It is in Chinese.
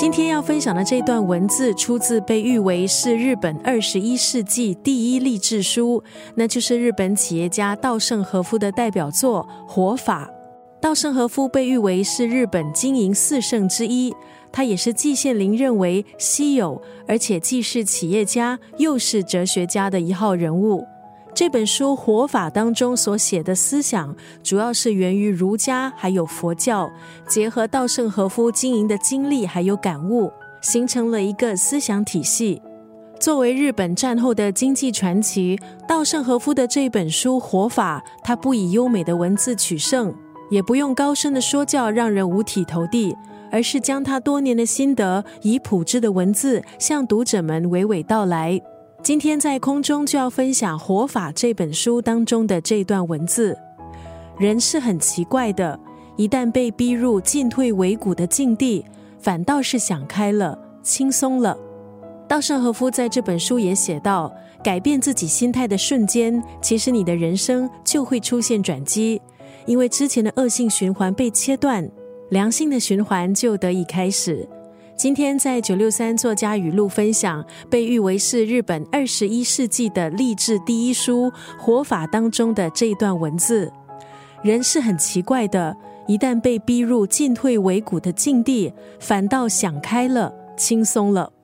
今天要分享的这段文字出自被誉为是日本21世纪第一励志书，那就是日本企业家稻盛和夫的代表作《活法》。稻盛和夫被誉为是日本经营四圣之一，他也是季羡林认为稀有而且既是企业家又是哲学家的一号人物。这本书《活法》当中所写的思想主要是源于儒家还有佛教，结合稻盛和夫经营的经历还有感悟，形成了一个思想体系。作为日本战后的经济传奇，稻盛和夫的这本书《活法》，他不以优美的文字取胜，也不用高深的说教让人五体投地，而是将他多年的心得以朴质的文字向读者们娓娓道来。今天在空中就要分享《活法》这本书当中的这段文字。人是很奇怪的，一旦被逼入进退维谷的境地，反倒是想开了，轻松了。稻盛和夫在这本书也写到，改变自己心态的瞬间，其实你的人生就会出现转机，因为之前的恶性循环被切断，良性的循环就得以开始。今天在963作家语录分享被誉为是日本21世纪的励志第一书《活法》当中的这一段文字。人是很奇怪的，一旦被逼入进退维谷的境地，反倒想开了，轻松了。